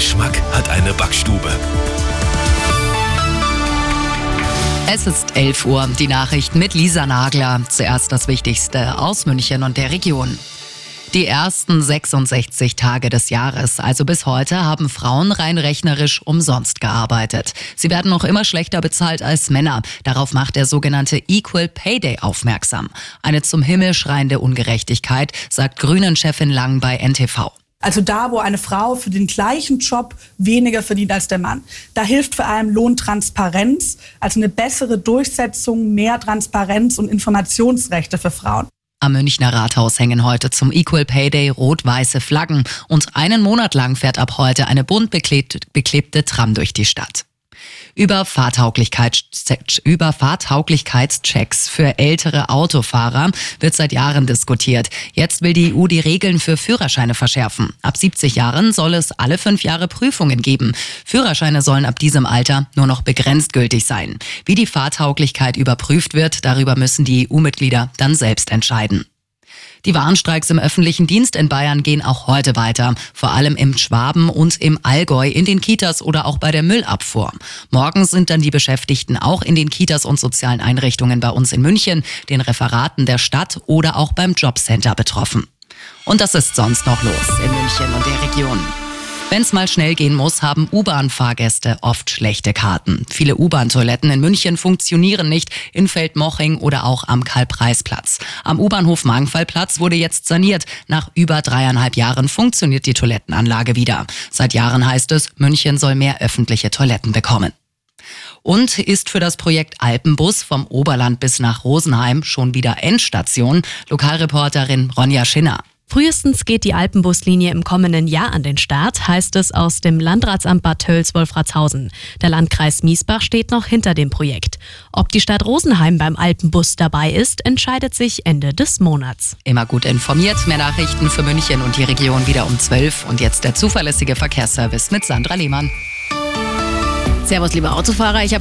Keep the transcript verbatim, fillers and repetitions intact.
Geschmack hat eine Backstube. Es ist elf Uhr, die Nachrichten mit Lisa Nagler. Zuerst das Wichtigste aus München und der Region. Die ersten sechsundsechzig Tage des Jahres, also bis heute, haben Frauen rein rechnerisch umsonst gearbeitet. Sie werden noch immer schlechter bezahlt als Männer. Darauf macht der sogenannte Equal Pay Day aufmerksam. Eine zum Himmel schreiende Ungerechtigkeit, sagt Grünen-Chefin Lang bei N T V. Also da, wo eine Frau für den gleichen Job weniger verdient als der Mann. Da hilft vor allem Lohntransparenz, also eine bessere Durchsetzung, mehr Transparenz und Informationsrechte für Frauen. Am Münchner Rathaus hängen heute zum Equal Pay Day rot-weiße Flaggen und einen Monat lang fährt ab heute eine bunt beklebte, beklebte Tram durch die Stadt. Über, Fahrtauglichkeits- über Fahrtauglichkeitschecks für ältere Autofahrer wird seit Jahren diskutiert. Jetzt will die E U die Regeln für Führerscheine verschärfen. Ab siebzig Jahren soll es alle fünf Jahre Prüfungen geben. Führerscheine sollen ab diesem Alter nur noch begrenzt gültig sein. Wie die Fahrtauglichkeit überprüft wird, darüber müssen die E U-Mitglieder dann selbst entscheiden. Die Warnstreiks im öffentlichen Dienst in Bayern gehen auch heute weiter, vor allem im Schwaben und im Allgäu, in den Kitas oder auch bei der Müllabfuhr. Morgen sind dann die Beschäftigten auch in den Kitas und sozialen Einrichtungen bei uns in München, den Referaten der Stadt oder auch beim Jobcenter betroffen. Und das ist sonst noch los in München und der Region. Wenn es mal schnell gehen muss, haben U-Bahn-Fahrgäste oft schlechte Karten. Viele U-Bahn-Toiletten in München funktionieren nicht, in Feldmoching oder auch am Karl-Preis-Platz. Am U-Bahnhof Mangfallplatz wurde jetzt saniert. Nach über dreieinhalb Jahren funktioniert die Toilettenanlage wieder. Seit Jahren heißt es, München soll mehr öffentliche Toiletten bekommen. Und ist für das Projekt Alpenbus vom Oberland bis nach Rosenheim schon wieder Endstation? Lokalreporterin Ronja Schinner. Frühestens geht die Alpenbuslinie im kommenden Jahr an den Start, heißt es aus dem Landratsamt Bad Tölz-Wolfratshausen. Der Landkreis Miesbach steht noch hinter dem Projekt. Ob die Stadt Rosenheim beim Alpenbus dabei ist, entscheidet sich Ende des Monats. Immer gut informiert, mehr Nachrichten für München und die Region wieder um zwölf. Und jetzt der zuverlässige Verkehrsservice mit Sandra Lehmann. Servus, liebe Autofahrer. Ich habe